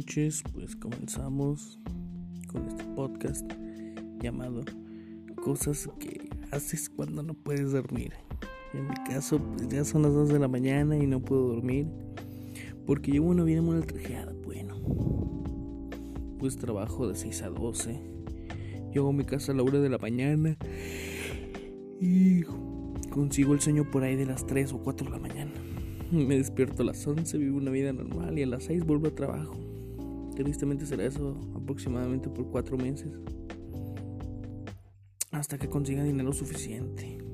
noches, pues comenzamos con este podcast llamado Cosas que haces cuando no puedes dormir. En mi caso, pues ya son las 2 de la mañana y no puedo dormir porque llevo una vida muy ultrajada. Bueno, pues trabajo de 6 a 12, llego a mi casa a la 1 de la mañana y consigo el sueño por ahí de las 3 o 4 de la mañana. Me despierto a las 11, vivo una vida normal y a las 6 vuelvo a trabajo. Tristemente será eso aproximadamente por 4 meses, hasta que consiga dinero suficiente.